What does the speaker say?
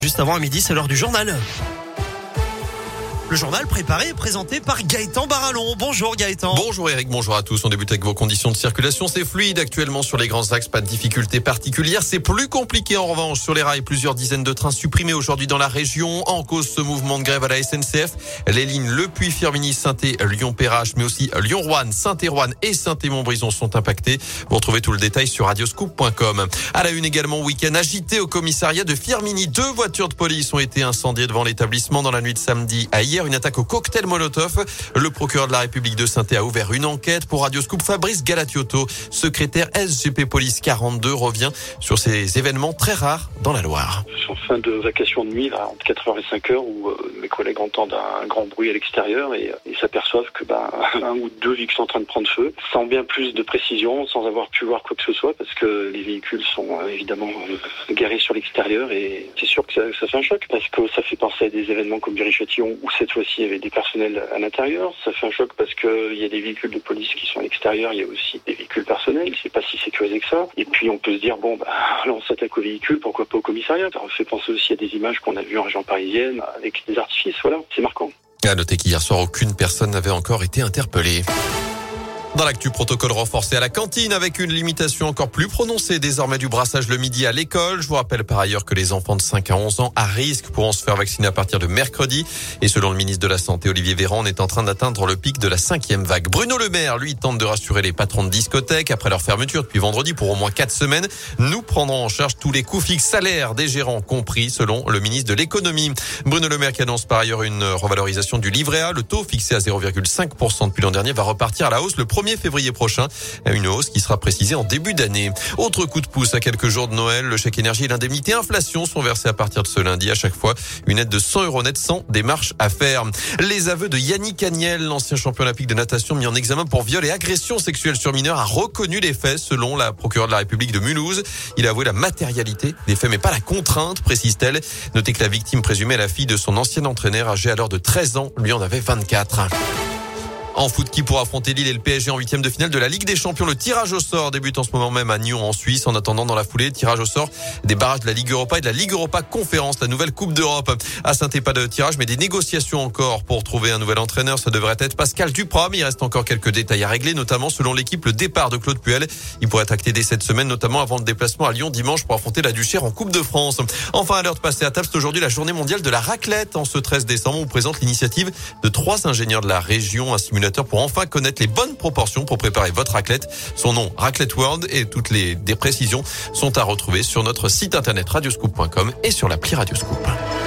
Juste avant à midi, c'est l'heure du journal. Le journal préparé et présenté par Gaëtan Barallon. Bonjour Gaëtan. Bonjour Eric, bonjour à tous. On débute avec vos conditions de circulation. C'est fluide actuellement sur les grands axes, pas de difficultés particulières. C'est plus compliqué en revanche sur les rails. Plusieurs dizaines de trains supprimés aujourd'hui dans la région. En cause ce mouvement de grève à la SNCF. Les lignes Le Puy-Firminy, Saint-Et, Lyon-Perrache, mais aussi Lyon-Roanne, Saint-Et-Roanne et Saint-Et-Montbrison sont impactés. Vous retrouvez tout le détail sur radioscoop.com. À la une également, week-end agité au commissariat de Firminy. 2 voitures de police ont été incendiées devant l'établissement dans la nuit de samedi à hier. Une attaque au cocktail Molotov. Le procureur de la République de Saint-Et a ouvert une enquête. Pour Radioscoop, Fabrice Galatiotto, secrétaire SGP Police 42, revient sur ces événements très rares dans la Loire. Je suis en fin de vacation de nuit, là, entre 4h et 5h, où mes collègues entendent un grand bruit à l'extérieur et s'aperçoivent que un ou deux véhicules sont en train de prendre feu, sans bien plus de précision, sans avoir pu voir quoi que ce soit, parce que les véhicules sont évidemment garés sur l'extérieur et c'est sûr que ça fait un choc, parce que ça fait penser à des événements comme Viry-Châtillon, où cette fois-ci il y avait des personnels à l'intérieur. Ça fait un choc parce qu'il y a des véhicules de police qui sont à l'extérieur, il y a aussi des véhicules personnels, c'est pas si sécurisé que ça. Et puis on peut se dire, là on s'attaque aux véhicules, pourquoi pas au commissariat. Ça fait penser aussi à des images qu'on a vues en région parisienne, avec des artifices, voilà, c'est marquant. À noter qu'hier soir, aucune personne n'avait encore été interpellée. Dans l'actu, protocole renforcé à la cantine avec une limitation encore plus prononcée désormais du brassage le midi à l'école. Je vous rappelle par ailleurs que les enfants de 5 à 11 ans à risque pourront se faire vacciner à partir de mercredi. Et selon le ministre de la Santé, Olivier Véran, on est en train d'atteindre le pic de la 5e vague. Bruno Le Maire, lui, tente de rassurer les patrons de discothèques après leur fermeture depuis vendredi pour au moins 4 semaines. Nous prendrons en charge tous les coûts fixes, salaires des gérants compris, selon le ministre de l'économie. Bruno Le Maire qui annonce par ailleurs une revalorisation du livret A. Le taux fixé à 0,5% depuis l'an dernier va repartir à la hausse le 1er février prochain, une hausse qui sera précisée en début d'année. Autre coup de pouce à quelques jours de Noël, le chèque énergie et l'indemnité inflation sont versés à partir de ce lundi. À chaque fois, une aide de 100 € net sans démarche à faire. Les aveux de Yannick Agnel, l'ancien champion olympique de natation mis en examen pour viol et agression sexuelle sur mineur, a reconnu les faits selon la procureure de la République de Mulhouse. Il a avoué la matérialité des faits mais pas la contrainte, précise-t-elle. Notez que la victime présumée est la fille de son ancien entraîneur âgé alors de 13 ans. Lui en avait 24. En foot, qui pourra affronter Lille et le PSG en 8e de finale de la Ligue des Champions. Le tirage au sort débute en ce moment même à Nyon en Suisse. En attendant, dans la foulée, tirage au sort des barrages de la Ligue Europa et de la Ligue Europa Conférence, la nouvelle Coupe d'Europe. À Saint-Et, pas de tirage, mais des négociations encore pour trouver un nouvel entraîneur. Ça devrait être Pascal Duprat, mais il reste encore quelques détails à régler, notamment selon l'équipe, le départ de Claude Puel. Il pourrait être acté dès cette semaine, notamment avant le déplacement à Lyon dimanche pour affronter la Duchère en Coupe de France. Enfin, à l'heure de passer à table, c'est aujourd'hui la journée mondiale de la raclette. En ce 13 décembre, on présente l'initiative de 3 ingénieurs de la région, un simulateur pour enfin connaître les bonnes proportions pour préparer votre raclette. Son nom, Raclette World, et toutes les précisions sont à retrouver sur notre site internet radioscoop.com et sur l'appli Radioscoop.